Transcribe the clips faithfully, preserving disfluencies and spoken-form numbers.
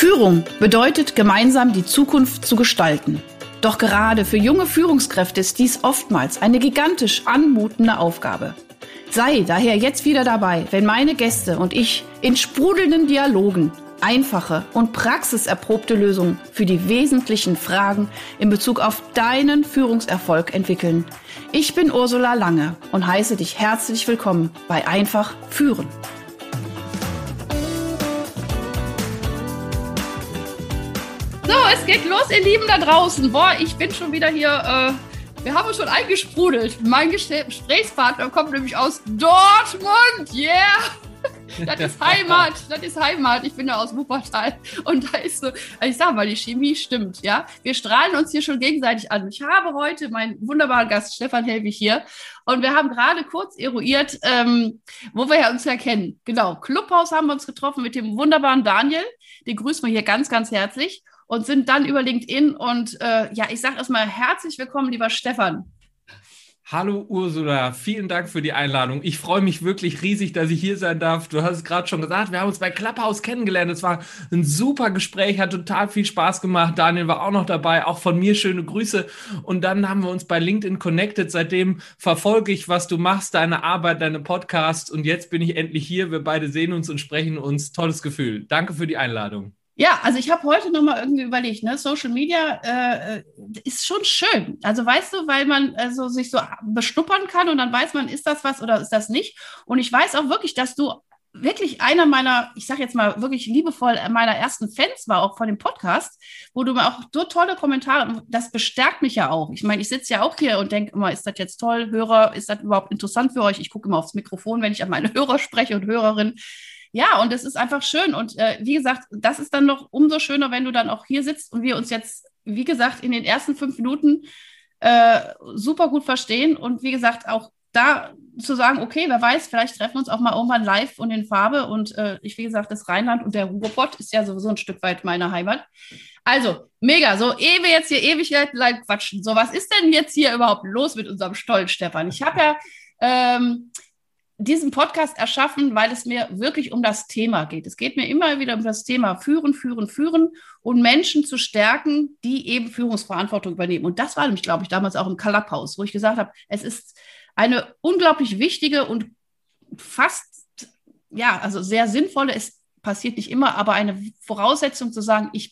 Führung bedeutet, gemeinsam die Zukunft zu gestalten. Doch gerade für junge Führungskräfte ist dies oftmals eine gigantisch anmutende Aufgabe. Sei daher jetzt wieder dabei, wenn meine Gäste und ich in sprudelnden Dialogen einfache und praxiserprobte Lösungen für die wesentlichen Fragen in Bezug auf deinen Führungserfolg entwickeln. Ich bin Ursula Lange und heiße dich herzlich willkommen bei Einfach Führen. So, es geht los, ihr Lieben da draußen. Boah, ich bin schon wieder hier, äh, wir haben uns schon eingesprudelt. Mein Gesprächspartner kommt nämlich aus Dortmund, yeah! Das ist Heimat, das ist Heimat. Ich bin da aus Wuppertal und da ist so, also ich sag mal, die Chemie stimmt, ja. Wir strahlen uns hier schon gegenseitig an. Ich habe heute meinen wunderbaren Gast Stefan Helwig hier und wir haben gerade kurz eruiert, ähm, wo wir ja uns erkennen. Genau, Clubhaus haben wir uns getroffen mit dem wunderbaren Daniel. Den grüßen wir hier ganz, ganz herzlich und sind dann über LinkedIn und äh, ja, ich sage erstmal herzlich willkommen, lieber Stefan. Hallo Ursula, vielen Dank für die Einladung. Ich freue mich wirklich riesig, dass ich hier sein darf. Du hast es gerade schon gesagt, wir haben uns bei Clubhouse kennengelernt. Es war ein super Gespräch, hat total viel Spaß gemacht. Daniel war auch noch dabei, auch von mir schöne Grüße. Und dann haben wir uns bei LinkedIn connected. Seitdem verfolge ich, was du machst, deine Arbeit, deine Podcasts. Und jetzt bin ich endlich hier. Wir beide sehen uns und sprechen uns. Tolles Gefühl. Danke für die Einladung. Ja, also ich habe heute nochmal irgendwie überlegt, ne, Social Media äh, ist schon schön. Also weißt du, weil man also sich so beschnuppern kann und dann weiß man, ist das was oder ist das nicht. Und ich weiß auch wirklich, dass du wirklich einer meiner, ich sage jetzt mal wirklich liebevoll, meiner ersten Fans war, auch von dem Podcast, wo du mir auch so tolle Kommentare, das bestärkt mich ja auch. Ich meine, ich sitze ja auch hier und denke immer, ist das jetzt toll, Hörer, ist das überhaupt interessant für euch? Ich gucke immer aufs Mikrofon, wenn ich an meine Hörer spreche und Hörerinnen. Ja, und es ist einfach schön. Und äh, wie gesagt, das ist dann noch umso schöner, wenn du dann auch hier sitzt und wir uns jetzt, wie gesagt, in den ersten fünf Minuten äh, super gut verstehen. Und wie gesagt, auch da zu sagen, okay, wer weiß, vielleicht treffen wir uns auch mal irgendwann live und in Farbe. Und äh, ich, wie gesagt, das Rheinland und der Ruhrpott ist ja sowieso ein Stück weit meine Heimat. Also, mega. So, ehe wir jetzt hier ewig lang quatschen. So, was ist denn jetzt hier überhaupt los mit unserem Stolz, Stefan? Ich habe ja... Ähm, diesen Podcast erschaffen, weil es mir wirklich um das Thema geht. Es geht mir immer wieder um das Thema Führen, Führen, Führen und Menschen zu stärken, die eben Führungsverantwortung übernehmen. Und das war nämlich, glaube ich, damals auch im Clubhouse, wo ich gesagt habe, es ist eine unglaublich wichtige und fast, ja, also sehr sinnvolle, es passiert nicht immer, aber eine Voraussetzung zu sagen, ich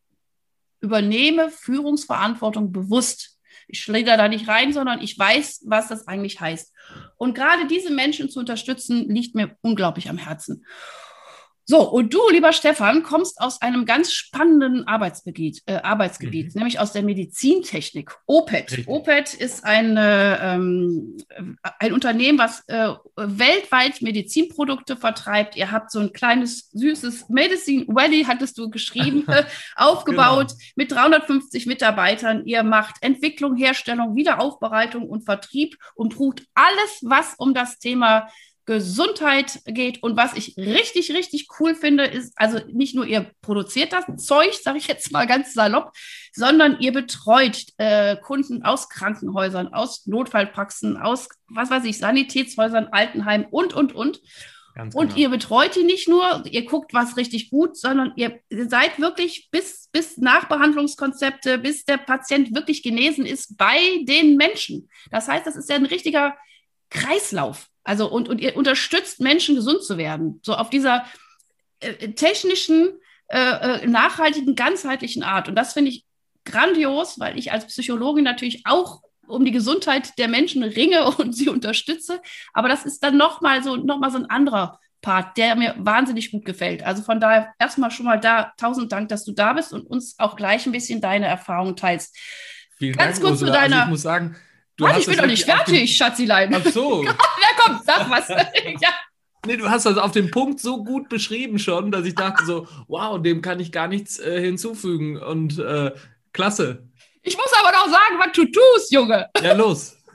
übernehme Führungsverantwortung bewusst. Ich schläge da nicht rein, sondern ich weiß, was das eigentlich heißt. Und gerade diese Menschen zu unterstützen, liegt mir unglaublich am Herzen. So, und du, lieber Stefan, kommst aus einem ganz spannenden Arbeitsgebiet, äh, Arbeitsgebiet, mhm. nämlich aus der Medizintechnik. O P E T. O P E T ist ein, äh, ähm, ein Unternehmen, was äh, weltweit Medizinprodukte vertreibt. Ihr habt so ein kleines, süßes Medicine Valley, hattest du geschrieben, äh, aufgebaut genau. mit dreihundertfünfzig Mitarbeitern. Ihr macht Entwicklung, Herstellung, Wiederaufbereitung und Vertrieb und tut alles, was um das Thema Gesundheit geht. Und was ich richtig, richtig cool finde, ist, also nicht nur ihr produziert das Zeug, sage ich jetzt mal ganz salopp, sondern ihr betreut äh, Kunden aus Krankenhäusern, aus Notfallpraxen, aus, was weiß ich, Sanitätshäusern, Altenheimen und, und, und. Ganz und genau. Ihr betreut die nicht nur, ihr guckt, was richtig gut, sondern ihr seid wirklich bis, bis Nachbehandlungskonzepte, bis der Patient wirklich genesen ist bei den Menschen. Das heißt, das ist ja ein richtiger Kreislauf. Also und, und ihr unterstützt Menschen, gesund zu werden. So auf dieser äh, technischen, äh, nachhaltigen, ganzheitlichen Art. Und das finde ich grandios, weil ich als Psychologin natürlich auch um die Gesundheit der Menschen ringe und sie unterstütze. Aber das ist dann nochmal so, noch mal so ein anderer Part, der mir wahnsinnig gut gefällt. Also von daher erstmal schon mal da, tausend Dank, dass du da bist und uns auch gleich ein bisschen deine Erfahrungen teilst. Vielen Ganz Dank, kurz Ursula. zu deiner... Also ich muss sagen... Du Warte, ich bin doch nicht fertig, Schatzilein. Ach so. Ja, komm, sag was. Ja. Nee, du hast das auf den Punkt so gut beschrieben schon, dass ich dachte so, wow, dem kann ich gar nichts äh, hinzufügen. Und äh, klasse. Ich muss aber noch sagen, was du tust, Junge. Ja, los.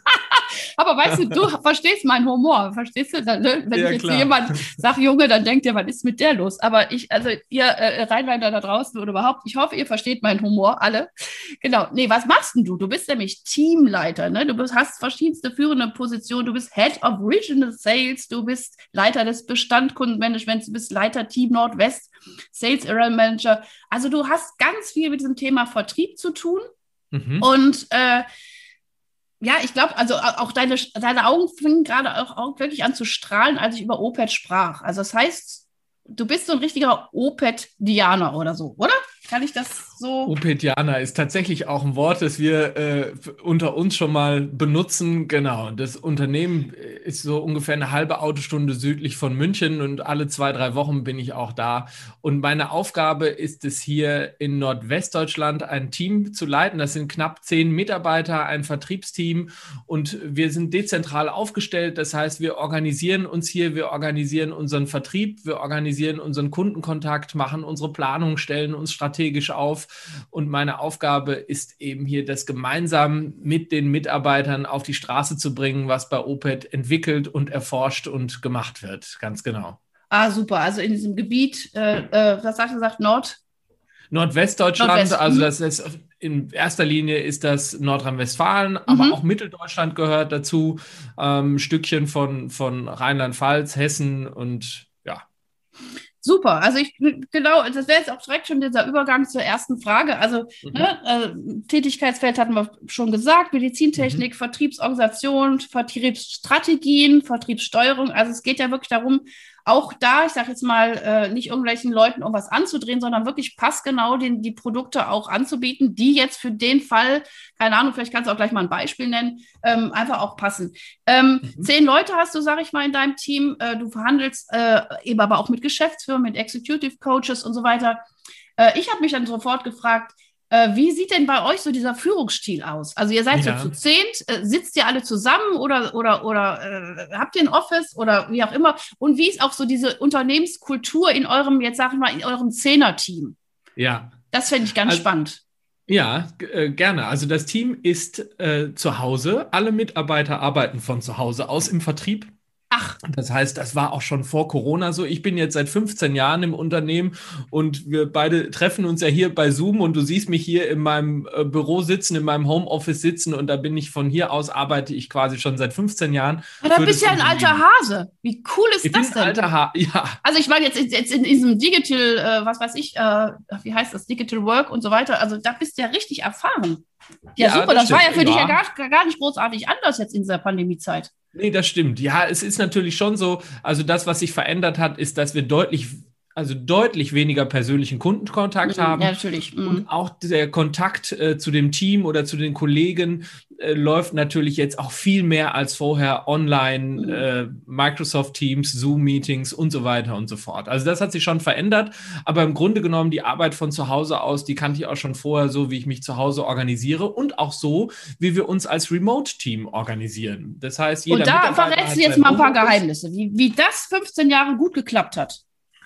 Aber weißt du, du verstehst meinen Humor, verstehst du? Wenn Ja, ich jetzt klar. jemand sage, Junge, dann denkt ihr, was ist mit der los? Aber ich, also ihr äh, Rheinländer da draußen oder überhaupt, ich hoffe, ihr versteht meinen Humor, alle. Genau. Nee, was machst denn du? Du bist nämlich Teamleiter, ne? Du bist, hast verschiedenste führende Positionen. Du bist Head of Regional Sales, du bist Leiter des Bestandkundenmanagements, du bist Leiter Team Nordwest, Sales Area Manager. Also du hast ganz viel mit diesem Thema Vertrieb zu tun. Mhm. Und äh, ja, ich glaube, also auch deine, deine Augen fingen gerade auch, auch wirklich an zu strahlen, als ich über Opet sprach. Also das heißt, du bist so ein richtiger Opet-Dianer oder so, oder? Kann ich das so? Opetianer ist tatsächlich auch ein Wort, das wir äh, unter uns schon mal benutzen. Genau, das Unternehmen ist so ungefähr eine halbe Autostunde südlich von München und alle zwei, drei Wochen bin ich auch da. Und meine Aufgabe ist es hier in Nordwestdeutschland ein Team zu leiten. Das sind knapp zehn Mitarbeiter, ein Vertriebsteam und wir sind dezentral aufgestellt. Das heißt, wir organisieren uns hier, wir organisieren unseren Vertrieb, wir organisieren unseren Kundenkontakt, machen unsere Planung, stellen uns strategisch auf und meine Aufgabe ist eben hier, das gemeinsam mit den Mitarbeitern auf die Straße zu bringen, was bei Opet entwickelt und erforscht und gemacht wird. Ganz genau. Ah, super. Also in diesem Gebiet, äh, äh, was sagt er, sagt Nord? Nordwestdeutschland, Nordwest. also Mhm. das ist in erster Linie ist das Nordrhein-Westfalen, aber Mhm. auch Mitteldeutschland gehört dazu, ähm, Stückchen von, von Rheinland-Pfalz, Hessen und ja. Super, also ich, genau, das wäre jetzt auch direkt schon dieser Übergang zur ersten Frage. Also Mhm. ne, äh, Tätigkeitsfeld hatten wir schon gesagt, Medizintechnik, Mhm. Vertriebsorganisation, Vertriebsstrategien, Vertriebssteuerung. Also es geht ja wirklich darum, auch da, ich sage jetzt mal, äh, nicht irgendwelchen Leuten um was anzudrehen, sondern wirklich passgenau den, die Produkte auch anzubieten, die jetzt für den Fall, keine Ahnung, vielleicht kannst du auch gleich mal ein Beispiel nennen, ähm, einfach auch passen. Ähm, Mhm. zehn Leute hast du, sage ich mal, in deinem Team. Äh, du verhandelst äh, eben aber auch mit Geschäftsführern, mit Executive Coaches und so weiter. Äh, ich habe mich dann sofort gefragt, äh, wie sieht denn bei euch so dieser Führungsstil aus? Also ihr seid so Ja. zu zehnt, äh, sitzt ihr alle zusammen oder, oder, oder äh, habt ihr ein Office oder wie auch immer? Und wie ist auch so diese Unternehmenskultur in eurem, jetzt sag ich mal, in eurem Zehner-Team? Ja. Das fände ich ganz Also, spannend. ja, g- äh, gerne. Also das Team ist äh, zu Hause. Alle Mitarbeiter arbeiten von zu Hause aus im Vertrieb. Ach, Das heißt, das war auch schon vor Corona so. Ich bin jetzt seit fünfzehn Jahren im Unternehmen und wir beide treffen uns ja hier bei Zoom und du siehst mich hier in meinem äh, Büro sitzen, in meinem Homeoffice sitzen und da bin ich von hier aus, arbeite ich quasi schon seit fünfzehn Jahren da für bist das du ja ein alter Unternehmen. Hase. Wie cool ist Ich bin das ein denn? alter Haar, ja, Also ich meine jetzt, jetzt in diesem Digital, äh, was weiß ich, äh, wie heißt das, Digital Work und so weiter, also da bist du ja richtig erfahren. Ja, ja, super, das das war stimmt. ja für dich ja Ja, gar, gar nicht großartig anders jetzt in dieser Pandemiezeit. nee, das stimmt. Ja, es ist natürlich schon so, also das, was sich verändert hat, ist, dass wir deutlich, also deutlich weniger persönlichen Kundenkontakt Mhm, ja, haben natürlich. und Mhm. auch der Kontakt äh, zu dem Team oder zu den Kollegen äh, läuft natürlich jetzt auch viel mehr als vorher online, Mhm. äh, Microsoft Teams, Zoom-Meetings und so weiter und so fort. Also das hat sich schon verändert, aber im Grunde genommen die Arbeit von zu Hause aus, die kannte ich auch schon vorher so, wie ich mich zu Hause organisiere und auch so, wie wir uns als Remote-Team organisieren. Das heißt, Und jeder da Mitarbeiter verrätst du hat jetzt sein mal ein paar Homeoffice. Geheimnisse, wie, wie das fünfzehn Jahre gut geklappt hat.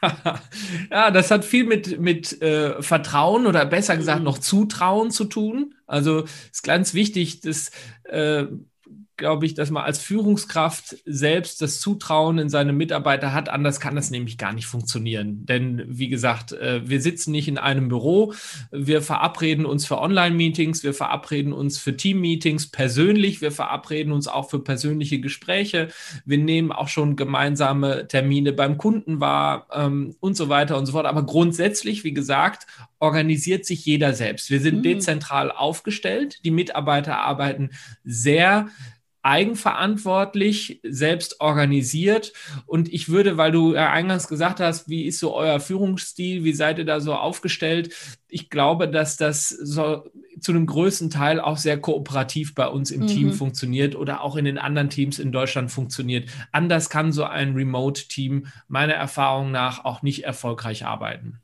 Ja, das hat viel mit, mit äh, Vertrauen oder besser gesagt Mhm. noch Zutrauen zu tun. Also ist ganz wichtig, dass, äh, glaube ich, dass man als Führungskraft selbst das Zutrauen in seine Mitarbeiter hat. Anders kann das nämlich gar nicht funktionieren. Denn wie gesagt, äh, wir sitzen nicht in einem Büro. Wir verabreden uns für Online-Meetings, wir verabreden uns für Team-Meetings persönlich, wir verabreden uns auch für persönliche Gespräche. Wir nehmen auch schon gemeinsame Termine beim Kunden wahr ähm, und so weiter und so fort. Aber grundsätzlich, wie gesagt, organisiert sich jeder selbst. Wir sind Mhm. dezentral aufgestellt. Die Mitarbeiter arbeiten sehr eigenverantwortlich, selbst organisiert. Und ich würde, weil du ja eingangs gesagt hast, wie ist so euer Führungsstil, wie seid ihr da so aufgestellt? Ich glaube, dass das so zu einem größten Teil auch sehr kooperativ bei uns im Team Mhm. funktioniert oder auch in den anderen Teams in Deutschland funktioniert. Anders kann so ein Remote-Team meiner Erfahrung nach auch nicht erfolgreich arbeiten.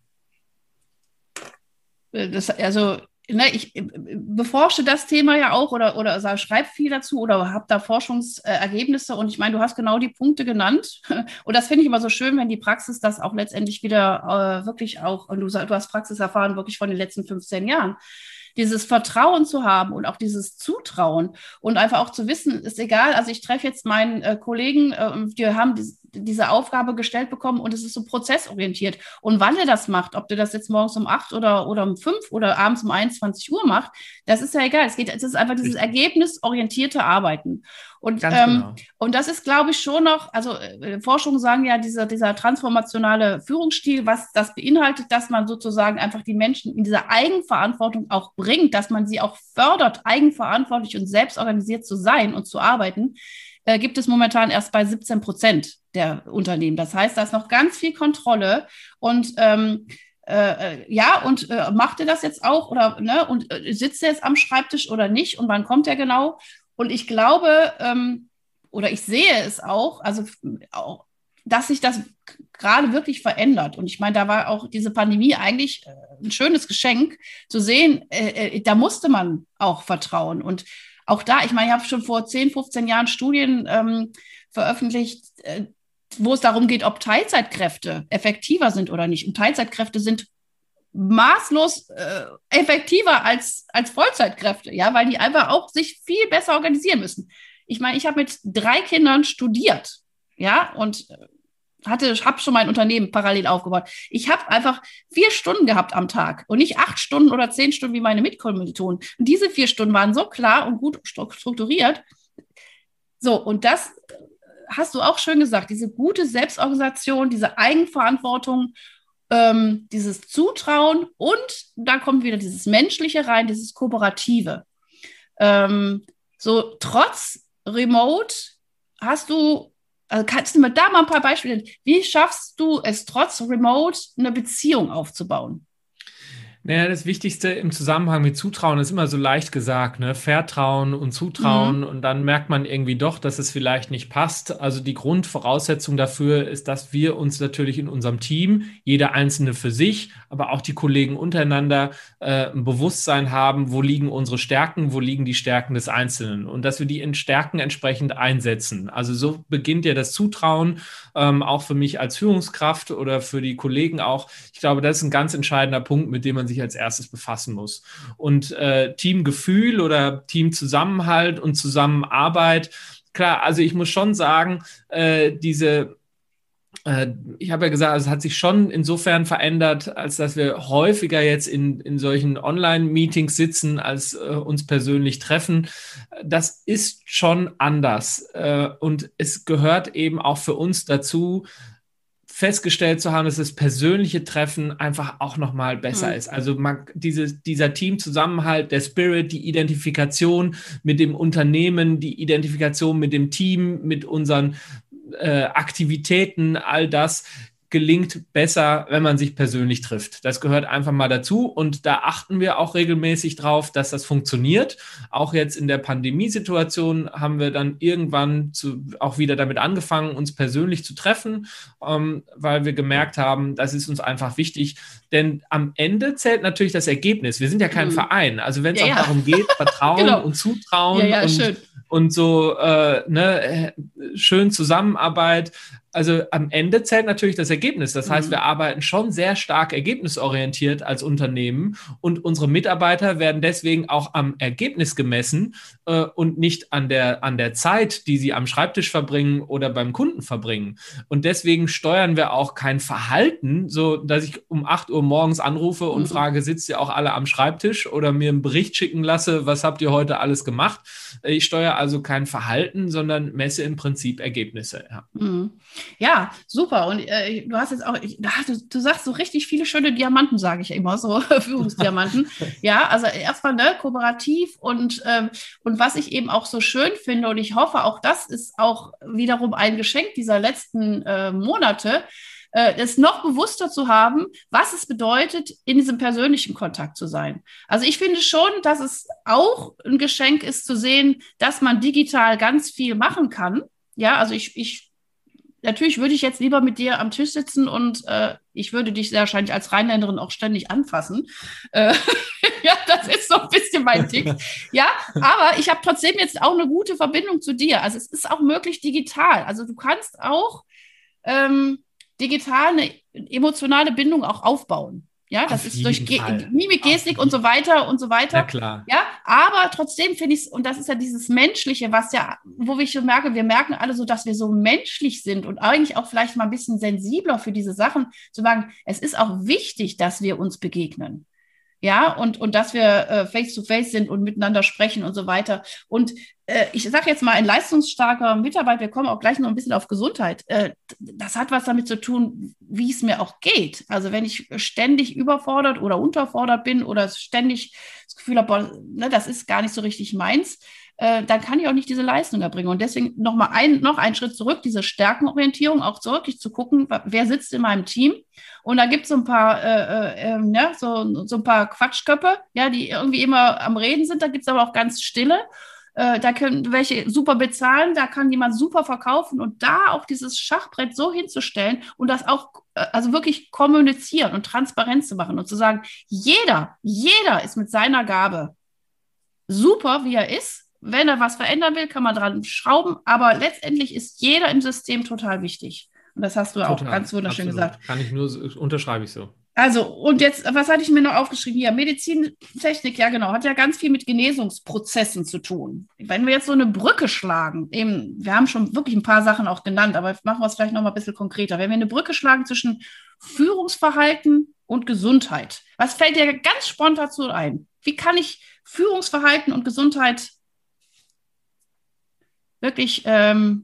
Äh, Das, also, ne, ich äh, beforsche das Thema ja auch oder, oder sag, schreib viel dazu oder habe da Forschungsergebnisse und ich meine, du hast genau die Punkte genannt und das finde ich immer so schön, wenn die Praxis das auch letztendlich wieder äh, wirklich auch, und du, du hast Praxiserfahrung wirklich von den letzten fünfzehn Jahren. dieses Vertrauen zu haben und auch dieses Zutrauen und einfach auch zu wissen, ist egal, also ich treffe jetzt meinen äh, Kollegen, äh, die haben die, diese Aufgabe gestellt bekommen und es ist so prozessorientiert. Und wann er das macht, ob der das jetzt morgens um acht oder, oder um fünf oder abends um einundzwanzig Uhr macht, das ist ja egal. Es geht, es ist einfach dieses ergebnisorientierte Arbeiten. Und, Ganz ähm, genau. und das ist, glaube ich, schon noch, also äh, Forschungen sagen ja, dieser, dieser transformationale Führungsstil, was das beinhaltet, dass man sozusagen einfach die Menschen in dieser Eigenverantwortung auch bringt, dass man sie auch fördert, eigenverantwortlich und selbstorganisiert zu sein und zu arbeiten, äh, gibt es momentan erst bei siebzehn Prozent der Unternehmen. Das heißt, da ist noch ganz viel Kontrolle und ähm, Äh, ja, und äh, macht er das jetzt auch oder ne, und äh, sitzt er jetzt am Schreibtisch oder nicht und wann kommt er genau? Und ich glaube, ähm, oder ich sehe es auch, also auch, dass sich das gerade wirklich verändert. Und ich meine, da war auch diese Pandemie eigentlich äh, ein schönes Geschenk zu sehen, äh, äh, da musste man auch vertrauen. Und auch da, ich meine, ich habe schon vor zehn, fünfzehn Jahren Studien ähm, veröffentlicht, äh, wo es darum geht, ob Teilzeitkräfte effektiver sind oder nicht. Und Teilzeitkräfte sind maßlos äh, effektiver als, als Vollzeitkräfte, ja, weil die einfach auch sich viel besser organisieren müssen. Ich meine, ich habe mit drei Kindern studiert, ja, und hatte, habe schon mein Unternehmen parallel aufgebaut. Ich habe einfach vier Stunden gehabt am Tag und nicht acht Stunden oder zehn Stunden wie meine Mitkommilitonen. Und diese vier Stunden waren so klar und gut strukturiert. So, und das hast du auch schön gesagt, diese gute Selbstorganisation, diese Eigenverantwortung, ähm, dieses Zutrauen und da kommt wieder dieses Menschliche rein, dieses Kooperative. Ähm, so trotz Remote hast du, also kannst du mir da mal ein paar Beispiele, wie schaffst du es trotz Remote eine Beziehung aufzubauen? Naja, das Wichtigste im Zusammenhang mit Zutrauen ist immer so leicht gesagt, ne? Vertrauen und Zutrauen Mhm. und dann merkt man irgendwie doch, dass es vielleicht nicht passt. Also die Grundvoraussetzung dafür ist, dass wir uns natürlich in unserem Team, jeder Einzelne für sich, aber auch die Kollegen untereinander äh, ein Bewusstsein haben, wo liegen unsere Stärken, wo liegen die Stärken des Einzelnen und dass wir die in Stärken entsprechend einsetzen. Also so beginnt ja das Zutrauen, ähm, auch für mich als Führungskraft oder für die Kollegen auch. Ich glaube, das ist ein ganz entscheidender Punkt, mit dem man sich als erstes befassen muss. Und äh, Teamgefühl oder Teamzusammenhalt und Zusammenarbeit, klar, also ich muss schon sagen, äh, diese äh, ich habe ja gesagt, es hat sich schon insofern verändert, als dass wir häufiger jetzt in, in solchen Online-Meetings sitzen, als äh, uns persönlich treffen. Das ist schon anders. Äh, und es gehört eben auch für uns dazu, festgestellt zu haben, dass das persönliche Treffen einfach auch nochmal besser Mhm. ist. Also man, diese, dieser Teamzusammenhalt, der Spirit, die Identifikation mit dem Unternehmen, die Identifikation mit dem Team, mit unseren äh, Aktivitäten, all das gelingt besser, wenn man sich persönlich trifft. Das gehört einfach mal dazu und da achten wir auch regelmäßig drauf, dass das funktioniert. Auch jetzt in der Pandemiesituation haben wir dann irgendwann zu, auch wieder damit angefangen, uns persönlich zu treffen, ähm, weil wir gemerkt haben, das ist uns einfach wichtig, denn am Ende zählt natürlich das Ergebnis. Wir sind ja kein Mhm. Verein. Also wenn es Ja, auch ja. darum geht, Vertrauen Genau. und Zutrauen Ja, ja, und schön. und so äh, ne, schön Zusammenarbeit. Also am Ende zählt natürlich das Ergebnis. Das heißt, Mhm. wir arbeiten schon sehr stark ergebnisorientiert als Unternehmen und unsere Mitarbeiter werden deswegen auch am Ergebnis gemessen äh, und nicht an der, an der Zeit, die sie am Schreibtisch verbringen oder beim Kunden verbringen. Und deswegen steuern wir auch kein Verhalten, so dass ich um acht Uhr morgens anrufe und Mhm. frage, sitzt ihr auch alle am Schreibtisch oder mir einen Bericht schicken lasse, was habt ihr heute alles gemacht? Ich steuere also kein Verhalten, sondern messe im Prinzip Ergebnisse. Ja, Mhm. Ja, super. Und äh, du hast jetzt auch, ich, du, du sagst so richtig viele schöne Diamanten, sage ich immer, so Führungsdiamanten. Ja, also erstmal ne, kooperativ und, ähm, und was ich eben auch so schön finde und ich hoffe, auch das ist auch wiederum ein Geschenk dieser letzten äh, Monate, äh, es noch bewusster zu haben, was es bedeutet, in diesem persönlichen Kontakt zu sein. Also ich finde schon, dass es auch ein Geschenk ist zu sehen, dass man digital ganz viel machen kann. Ja, also ich, ich natürlich würde ich jetzt lieber mit dir am Tisch sitzen und äh, ich würde dich sehr wahrscheinlich als Rheinländerin auch ständig anfassen. Äh, ja, das ist so ein bisschen mein Tick. Ja, aber ich habe trotzdem jetzt auch eine gute Verbindung zu dir. Also es ist auch möglich digital. Also du kannst auch ähm, digital eine emotionale Bindung auch aufbauen. Ja, das Auf ist durch jeden Ge Fall. Mimik, Auf Gestik und jeden so weiter und so Na weiter. klar. Ja, aber trotzdem finde ich es, und das ist ja dieses Menschliche, was ja, wo ich so merke, wir merken alle so, dass wir so menschlich sind und eigentlich auch vielleicht mal ein bisschen sensibler für diese Sachen, zu sagen, es ist auch wichtig, dass wir uns begegnen. Ja, und, und dass wir äh, face-to-face sind und miteinander sprechen und so weiter. Und äh, ich sage jetzt mal, ein leistungsstarker Mitarbeiter, wir kommen auch gleich noch ein bisschen auf Gesundheit, äh, das hat was damit zu tun, wie es mir auch geht. Also wenn ich ständig überfordert oder unterfordert bin oder ständig das Gefühl habe, ne, das ist gar nicht so richtig meins, äh, dann kann ich auch nicht diese Leistung erbringen. Und deswegen noch mal ein, noch einen Schritt zurück, diese Stärkenorientierung, auch so wirklich zu gucken, wer sitzt in meinem Team. Und da gibt es so ein paar, äh, äh, ähm, ja, so, so ein paar Quatschköppe, ja, die irgendwie immer am Reden sind. Da gibt es aber auch ganz stille. Äh, da können welche super bezahlen, da kann jemand super verkaufen. Und da auch dieses Schachbrett so hinzustellen und das auch, äh, also wirklich kommunizieren und transparent zu machen und zu sagen, jeder, jeder ist mit seiner Gabe super, wie er ist. Wenn er was verändern will, kann man dran schrauben. Aber letztendlich ist jeder im System total wichtig. Und das hast du auch Total, ganz wunderschön absolut. gesagt. Kann ich nur, so- unterschreibe ich so. Also, und jetzt, was hatte ich mir noch aufgeschrieben? Hier, Medizintechnik, ja genau, hat ja ganz viel mit Genesungsprozessen zu tun. Wenn wir jetzt so eine Brücke schlagen, eben, wir haben schon wirklich ein paar Sachen auch genannt, aber machen wir es vielleicht noch mal ein bisschen konkreter. Wenn wir eine Brücke schlagen zwischen Führungsverhalten und Gesundheit, was fällt dir ganz spontan dazu ein? Wie kann ich Führungsverhalten und Gesundheit wirklich ähm,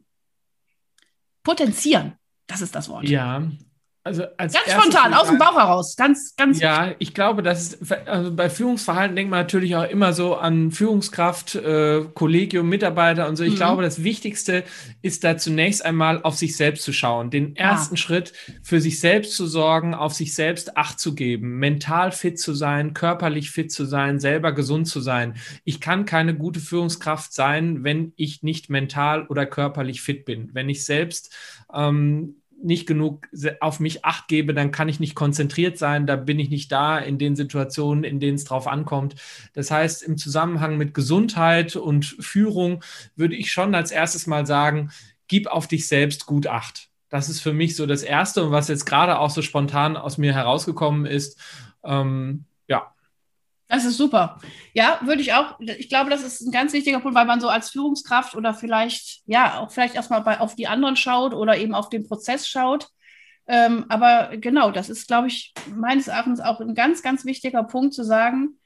potenzieren? Das ist das Wort. Ja, also als Ganz erstes spontan, würde ich aus dem sagen, Bauch heraus. Ganz, ganz. ja, ich glaube, dass es, also bei Führungsverhalten denkt man natürlich auch immer so an Führungskraft, äh, Kollegium, Mitarbeiter und so. Ich Mhm. glaube, das Wichtigste ist da zunächst einmal auf sich selbst zu schauen, den ersten Ah. Schritt für sich selbst zu sorgen, auf sich selbst Acht zu geben, mental fit zu sein, körperlich fit zu sein, selber gesund zu sein. Ich kann keine gute Führungskraft sein, wenn ich nicht mental oder körperlich fit bin. Wenn ich selbst ähm, nicht genug auf mich Acht gebe, dann kann ich nicht konzentriert sein, da bin ich nicht da in den Situationen, in denen es drauf ankommt. Das heißt, im Zusammenhang mit Gesundheit und Führung würde ich schon als erstes mal sagen, gib auf dich selbst gut Acht. Das ist für mich so das Erste und was jetzt gerade auch so spontan aus mir herausgekommen ist. Ähm, ja. Das ist super. Ja, würde ich auch. Ich glaube, das ist ein ganz wichtiger Punkt, weil man so als Führungskraft oder vielleicht, ja, auch vielleicht erstmal bei, auf die anderen schaut oder eben auf den Prozess schaut. Ähm, aber genau, das ist, glaube ich, meines Erachtens auch ein ganz, ganz wichtiger Punkt zu sagen,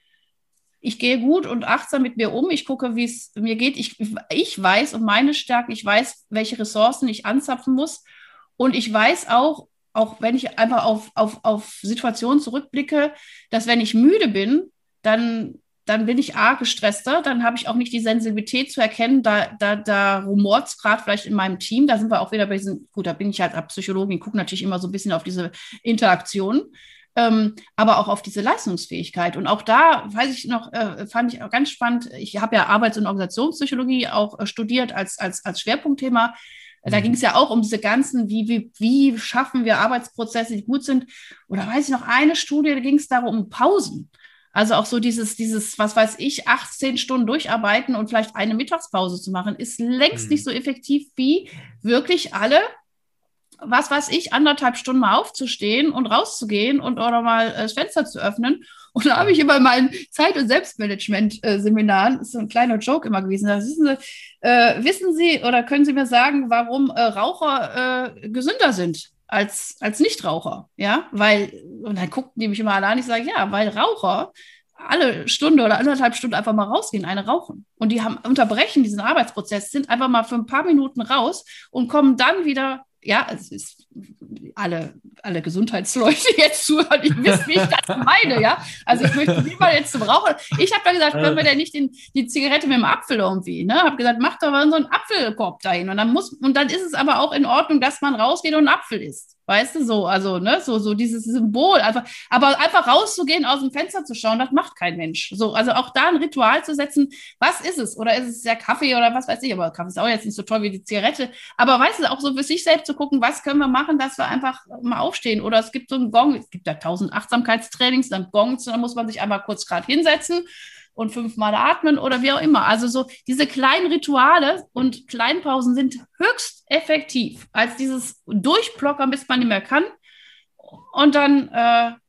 ich gehe gut und achtsam mit mir um. Ich gucke, wie es mir geht. Ich, ich weiß um meine Stärken. Ich weiß, welche Ressourcen ich anzapfen muss. Und ich weiß auch, auch wenn ich einfach auf, auf, auf Situationen zurückblicke, dass wenn ich müde bin, dann, dann bin ich arg gestresster, dann habe ich auch nicht die Sensibilität zu erkennen, da, da, da rumort es gerade vielleicht in meinem Team, da sind wir auch wieder bei diesen, gut, da bin ich halt als Psychologin, gucke natürlich immer so ein bisschen auf diese Interaktion, ähm, aber auch auf diese Leistungsfähigkeit. Und auch da, weiß ich noch, äh, fand ich auch ganz spannend, ich habe ja Arbeits- und Organisationspsychologie auch äh, studiert als, als, als Schwerpunktthema. Da ging es ja auch um diese ganzen, wie, wie, wie schaffen wir Arbeitsprozesse, die gut sind. Oder weiß ich noch, eine Studie, da ging es darum, um Pausen. Also auch so dieses, dieses, was weiß ich, achtzehn Stunden durcharbeiten und vielleicht eine Mittagspause zu machen, ist längst Mhm. nicht so effektiv wie wirklich alle, was weiß ich, anderthalb Stunden mal aufzustehen und rauszugehen und oder mal das Fenster zu öffnen. Und da habe ich immer in meinen Zeit- und Selbstmanagement-Seminaren, ist so ein kleiner Joke immer gewesen, da wissen Sie, äh, wissen Sie oder können Sie mir sagen, warum äh, Raucher äh, gesünder sind als, als Nichtraucher? Ja, weil, und dann guckten die mich immer alle an, ich sage, ja, weil Raucher alle Stunde oder anderthalb Stunden einfach mal rausgehen, eine rauchen. Und die haben unterbrechen diesen Arbeitsprozess, sind einfach mal für ein paar Minuten raus und kommen dann wieder. Ja, es ist alle, alle Gesundheitsleute jetzt zuhören, die wissen, wie ich das meine, ja. Also ich möchte niemand jetzt zum Rauchen. Ich habe da gesagt, können wir denn nicht den, die Zigarette mit dem Apfel irgendwie, ne? Habe gesagt, mach doch mal so einen Apfelkorb dahin. Und dann muss, und dann ist es aber auch in Ordnung, dass man rausgeht und einen Apfel isst. Weißt du, so, also, ne, so, so dieses Symbol, einfach, aber einfach rauszugehen, aus dem Fenster zu schauen, das macht kein Mensch. So, also auch da ein Ritual zu setzen, was ist es? Oder ist es der Kaffee oder was weiß ich, aber Kaffee ist auch jetzt nicht so toll wie die Zigarette. Aber weißt du, auch so für sich selbst zu gucken, was können wir machen, dass wir einfach mal aufstehen. Oder es gibt so einen Gong, es gibt ja tausend Achtsamkeitstrainings, dann Gongs, dann muss man sich einmal kurz gerade hinsetzen und fünfmal atmen oder wie auch immer. Also so diese kleinen Rituale und Kleinpausen sind höchst effektiv als dieses Durchplockern, bis man nicht mehr kann. Und dann, äh,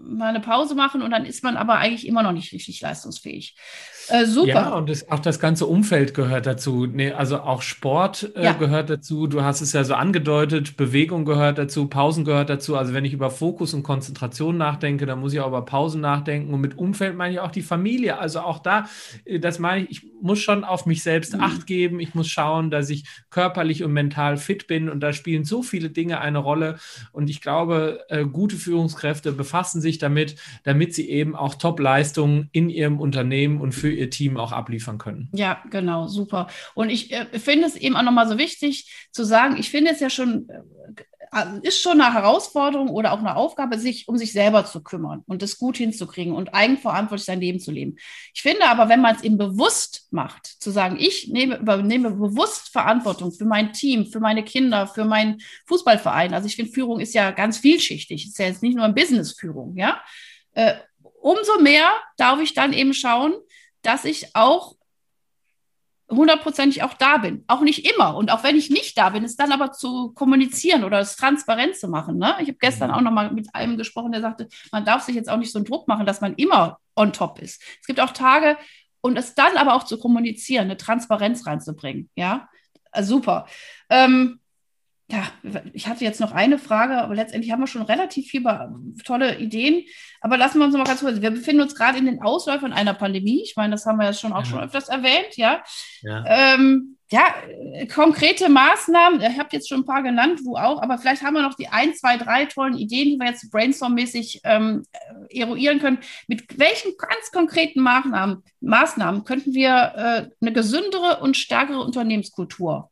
mal eine Pause machen und dann ist man aber eigentlich immer noch nicht richtig leistungsfähig. Äh, super. Ja, und das, auch das ganze Umfeld gehört dazu. Nee, also auch Sport äh, Ja. gehört dazu. Du hast es ja so angedeutet, Bewegung gehört dazu, Pausen gehört dazu. Also wenn ich über Fokus und Konzentration nachdenke, dann muss ich auch über Pausen nachdenken. Und mit Umfeld meine ich auch die Familie. Also auch da, äh, das meine ich, ich muss schon auf mich selbst Mhm. Acht geben. Ich muss schauen, dass ich körperlich und mental fit bin. Und da spielen so viele Dinge eine Rolle. Und ich glaube, äh, gute Führungskräfte befassen sich damit, damit sie eben auch Top-Leistungen in ihrem Unternehmen und für ihr Team auch abliefern können. Ja, genau, super. Und ich äh, finde es eben auch nochmal so wichtig zu sagen, ich finde es ja schon, äh, ist schon eine Herausforderung oder auch eine Aufgabe, sich um sich selber zu kümmern und das gut hinzukriegen und eigenverantwortlich sein Leben zu leben. Ich finde aber, wenn man es eben bewusst macht, zu sagen, ich nehme, übernehme bewusst Verantwortung für mein Team, für meine Kinder, für meinen Fußballverein. Also ich finde, Führung ist ja ganz vielschichtig. Es ist ja jetzt nicht nur ein Business-Führung, ja. Äh, umso mehr darf ich dann eben schauen, dass ich auch hundertprozentig auch da bin. Auch nicht immer. Und auch wenn ich nicht da bin, es dann aber zu kommunizieren oder es transparent zu machen. Ne? Ich habe gestern auch noch mal mit einem gesprochen, der sagte, man darf sich jetzt auch nicht so einen Druck machen, dass man immer on top ist. Es gibt auch Tage, und es dann aber auch zu kommunizieren, eine Transparenz reinzubringen. Ja, also super. Ähm, Ja, ich hatte jetzt noch eine Frage, aber letztendlich haben wir schon relativ viele tolle Ideen. Aber lassen wir uns noch mal ganz kurz. Wir befinden uns gerade in den Ausläufern einer Pandemie. Ich meine, das haben wir ja schon auch ja. schon öfters erwähnt, ja. Ja. Ähm, ja, konkrete Maßnahmen. Ihr habt jetzt schon ein paar genannt, wo auch, aber vielleicht haben wir noch die ein, zwei, drei tollen Ideen, die wir jetzt brainstorm-mäßig ähm, eruieren können. Mit welchen ganz konkreten Maßnahmen, Maßnahmen könnten wir äh, eine gesündere und stärkere Unternehmenskultur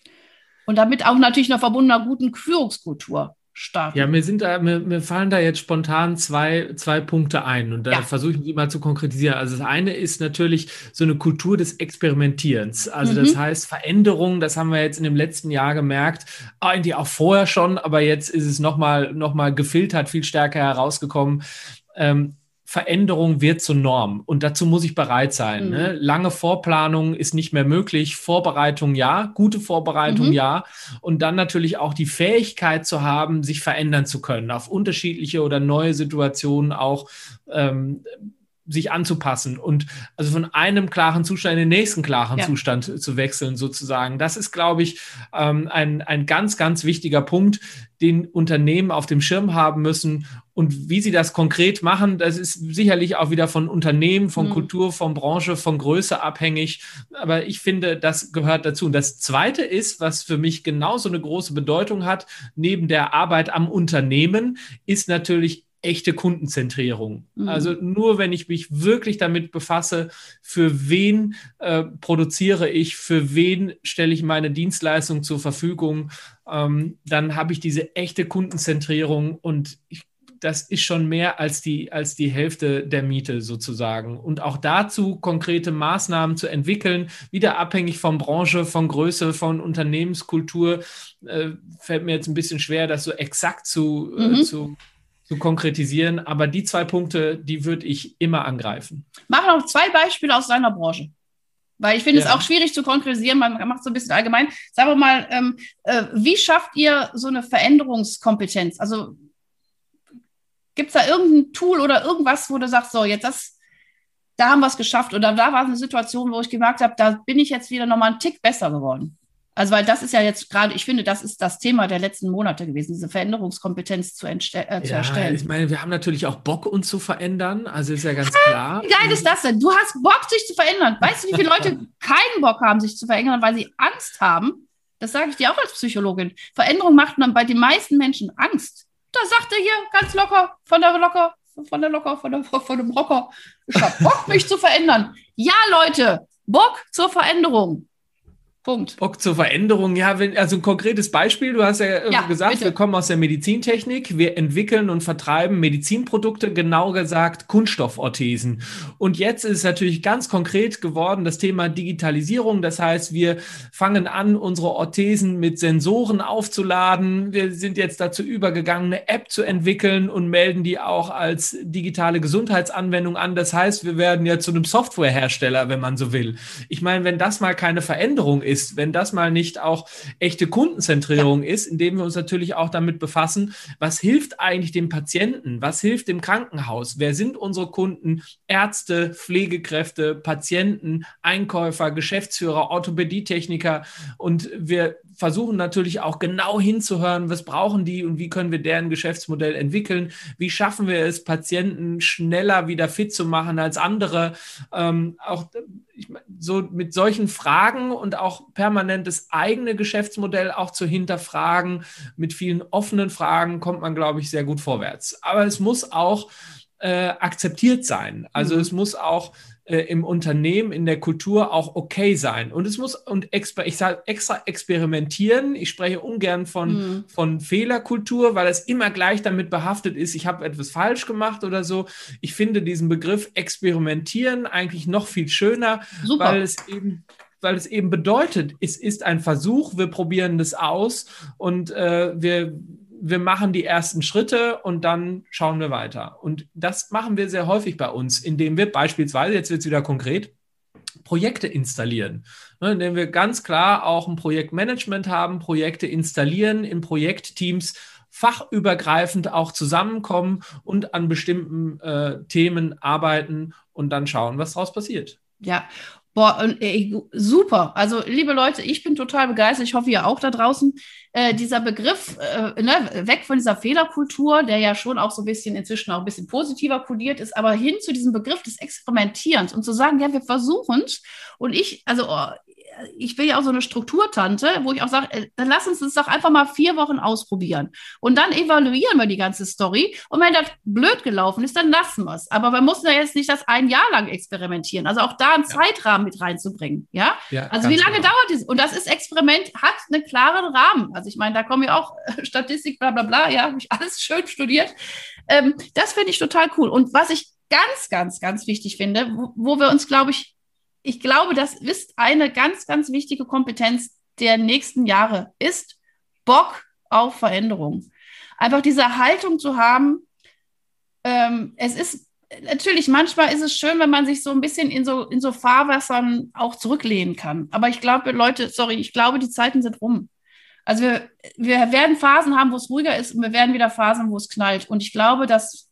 und damit auch natürlich noch verbundener guten Führungskultur starten? Ja, mir sind da, mir, mir fallen da jetzt spontan zwei, zwei Punkte ein und da ja. versuche ich die mal zu konkretisieren. Also das eine ist natürlich so eine Kultur des Experimentierens. Also mhm. das heißt Veränderung, das haben wir jetzt in dem letzten Jahr gemerkt, eigentlich auch vorher schon, aber jetzt ist es nochmal noch mal gefiltert, viel stärker herausgekommen. Ähm, Veränderung wird zur Norm und dazu muss ich bereit sein. Mhm. Ne? Lange Vorplanung ist nicht mehr möglich, Vorbereitung ja, gute Vorbereitung mhm. ja und dann natürlich auch die Fähigkeit zu haben, sich verändern zu können, auf unterschiedliche oder neue Situationen auch ähm, sich anzupassen und also von einem klaren Zustand in den nächsten klaren ja. Zustand zu wechseln sozusagen. Das ist, glaube ich, ähm, ein, ein ganz, ganz wichtiger Punkt, den Unternehmen auf dem Schirm haben müssen. Und wie sie das konkret machen, das ist sicherlich auch wieder von Unternehmen, von mhm. Kultur, von Branche, von Größe abhängig. Aber ich finde, das gehört dazu. Und das Zweite ist, was für mich genauso eine große Bedeutung hat, neben der Arbeit am Unternehmen, ist natürlich echte Kundenzentrierung. Mhm. Also nur wenn ich mich wirklich damit befasse, für wen äh, produziere ich, für wen stelle ich meine Dienstleistung zur Verfügung, ähm, dann habe ich diese echte Kundenzentrierung und ich, das ist schon mehr als die, als die Hälfte der Miete sozusagen. Und auch dazu konkrete Maßnahmen zu entwickeln, wieder abhängig von Branche, von Größe, von Unternehmenskultur, äh, fällt mir jetzt ein bisschen schwer, das so exakt zu, mhm. äh, zu zu konkretisieren, aber die zwei Punkte, die würde ich immer angreifen. Mach noch zwei Beispiele aus deiner Branche, weil ich finde ja. es auch schwierig zu konkretisieren, man macht es so ein bisschen allgemein. Sagen wir mal, ähm, äh, wie schafft ihr so eine Veränderungskompetenz? Also gibt es da irgendein Tool oder irgendwas, wo du sagst, so jetzt das, da haben wir es geschafft oder da war es eine Situation, wo ich gemerkt habe, da bin ich jetzt wieder nochmal einen Tick besser geworden. Also, weil das ist ja jetzt gerade, ich finde, das ist das Thema der letzten Monate gewesen, diese Veränderungskompetenz zu, entste- äh, zu ja, erstellen. Ich meine, wir haben natürlich auch Bock, uns zu verändern. Also ist ja ganz klar. Wie geil ist das denn? Du hast Bock, sich zu verändern. Weißt du, wie viele Leute keinen Bock haben, sich zu verändern, weil sie Angst haben? Das sage ich dir auch als Psychologin. Veränderung macht dann bei den meisten Menschen Angst. Da sagt er hier ganz locker, von der locker, von der locker, von, der, von dem Rocker. Ich habe Bock, mich zu verändern. Ja, Leute, Bock zur Veränderung. Punkt. Bock zur Veränderung, ja, wenn, also ein konkretes Beispiel, du hast ja, ja gesagt, bitte. Wir kommen aus der Medizintechnik, wir entwickeln und vertreiben Medizinprodukte, genau gesagt Kunststofforthesen. Und jetzt ist es natürlich ganz konkret geworden, das Thema Digitalisierung, das heißt, wir fangen an, unsere Orthesen mit Sensoren aufzuladen, wir sind jetzt dazu übergegangen, eine App zu entwickeln und melden die auch als digitale Gesundheitsanwendung an, das heißt, wir werden ja zu einem Softwarehersteller, wenn man so will. Ich meine, wenn das mal keine Veränderung ist, ist, wenn das mal nicht auch echte Kundenzentrierung ja. ist, indem wir uns natürlich auch damit befassen, was hilft eigentlich dem Patienten, was hilft dem Krankenhaus, wer sind unsere Kunden, Ärzte, Pflegekräfte, Patienten, Einkäufer, Geschäftsführer, Orthopädietechniker, und wir versuchen natürlich auch genau hinzuhören, was brauchen die und wie können wir deren Geschäftsmodell entwickeln, wie schaffen wir es, Patienten schneller wieder fit zu machen als andere, ähm, auch ich, so mit solchen Fragen und auch permanent das eigene Geschäftsmodell auch zu hinterfragen, mit vielen offenen Fragen kommt man, glaube ich, sehr gut vorwärts. Aber es muss auch äh, akzeptiert sein, also mhm. es muss auch im Unternehmen, in der Kultur auch okay sein. Und es muss, und exper- ich sage extra experimentieren, ich spreche ungern von, mhm. von Fehlerkultur, weil es immer gleich damit behaftet ist, ich habe etwas falsch gemacht oder so. Ich finde diesen Begriff experimentieren eigentlich noch viel schöner, Super. weil es eben weil es eben bedeutet, es ist ein Versuch, wir probieren das aus und äh, wir wir machen die ersten Schritte und dann schauen wir weiter. Und das machen wir sehr häufig bei uns, indem wir beispielsweise, jetzt wird es wieder konkret, Projekte installieren. Indem wir ganz klar auch ein Projektmanagement haben, Projekte installieren, in Projektteams fachübergreifend auch zusammenkommen und an bestimmten äh, Themen arbeiten und dann schauen, was daraus passiert. Ja, Boah, ey, super. Also, liebe Leute, ich bin total begeistert. Ich hoffe, ihr auch da draußen. Äh, dieser Begriff, äh, ne, weg von dieser Fehlerkultur, der ja schon auch so ein bisschen inzwischen auch ein bisschen positiver kodiert ist, aber hin zu diesem Begriff des Experimentierens und zu sagen, ja, wir versuchen es. Und ich, also, oh, ich bin ja auch so eine Strukturtante, wo ich auch sage, dann lass uns das doch einfach mal vier Wochen ausprobieren. Und dann evaluieren wir die ganze Story. Und wenn das blöd gelaufen ist, dann lassen wir es. Aber wir müssen ja jetzt nicht das ein Jahr lang experimentieren. Also auch da einen ja. Zeitrahmen mit reinzubringen. Ja? ja also wie lange genau. dauert das? Und das ist Experiment, hat einen klaren Rahmen. Also ich meine, da kommen ja auch Statistik, bla bla bla, ja, habe ich alles schön studiert. Ähm, das finde ich total cool. Und was ich ganz, ganz, ganz wichtig finde, wo, wo wir uns, glaube ich, Ich glaube, das ist eine ganz, ganz wichtige Kompetenz der nächsten Jahre, ist Bock auf Veränderung. Einfach diese Haltung zu haben, ähm, es ist, natürlich, manchmal ist es schön, wenn man sich so ein bisschen in so, in so Fahrwassern auch zurücklehnen kann. Aber ich glaube, Leute, sorry, ich glaube, die Zeiten sind rum. Also wir, wir werden Phasen haben, wo es ruhiger ist und wir werden wieder Phasen, wo es knallt. Und ich glaube, dass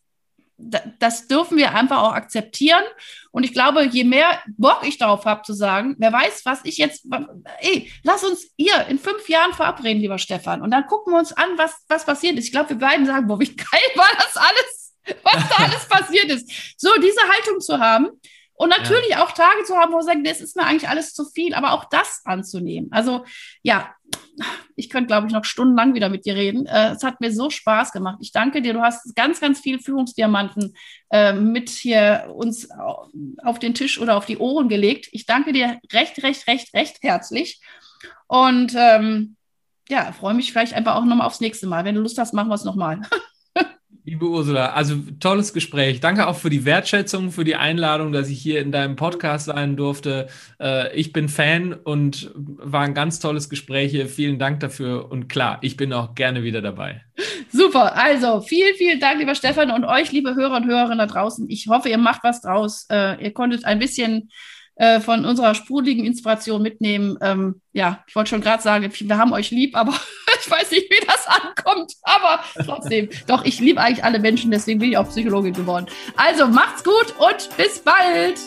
das dürfen wir einfach auch akzeptieren. Und ich glaube, je mehr Bock ich darauf habe zu sagen, wer weiß, was ich jetzt, ey, lass uns hier in fünf Jahren verabreden, lieber Stefan. Und dann gucken wir uns an, was, was passiert ist. Ich glaube, wir beiden sagen, boah, wie geil war das alles, was da alles passiert ist. So, diese Haltung zu haben und natürlich ja. auch Tage zu haben, wo wir sagen, das ist mir eigentlich alles zu viel, aber auch das anzunehmen. Also, ja, ich könnte, glaube ich, noch stundenlang wieder mit dir reden. Äh, es hat mir so Spaß gemacht. Ich danke dir. Du hast ganz, ganz viel Führungsdiamanten äh, mit hier uns auf den Tisch oder auf die Ohren gelegt. Ich danke dir recht, recht, recht, recht herzlich. Und ähm, ja, freue mich vielleicht einfach auch nochmal aufs nächste Mal. Wenn du Lust hast, machen wir es nochmal. Liebe Ursula, also tolles Gespräch. Danke auch für die Wertschätzung, für die Einladung, dass ich hier in deinem Podcast sein durfte. Äh, ich bin Fan und war ein ganz tolles Gespräch hier. Vielen Dank dafür und klar, ich bin auch gerne wieder dabei. Super, also vielen, vielen Dank, lieber Stefan, und euch, liebe Hörer und Hörerinnen da draußen. Ich hoffe, ihr macht was draus. Äh, ihr konntet ein bisschen äh, von unserer sprudeligen Inspiration mitnehmen. Ähm, ja, ich wollte schon gerade sagen, wir haben euch lieb, aber ich weiß nicht, wie das ankommt, aber trotzdem. Doch, ich liebe eigentlich alle Menschen, deswegen bin ich auch Psychologin geworden. Also, macht's gut und bis bald!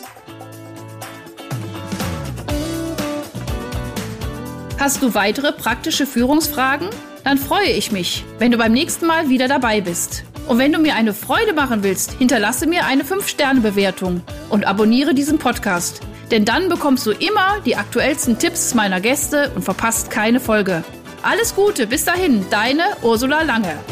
Hast du weitere praktische Führungsfragen? Dann freue ich mich, wenn du beim nächsten Mal wieder dabei bist. Und wenn du mir eine Freude machen willst, hinterlasse mir eine fünf Sterne Bewertung und abonniere diesen Podcast. Denn dann bekommst du immer die aktuellsten Tipps meiner Gäste und verpasst keine Folge. Alles Gute, bis dahin, deine Ursula Lange.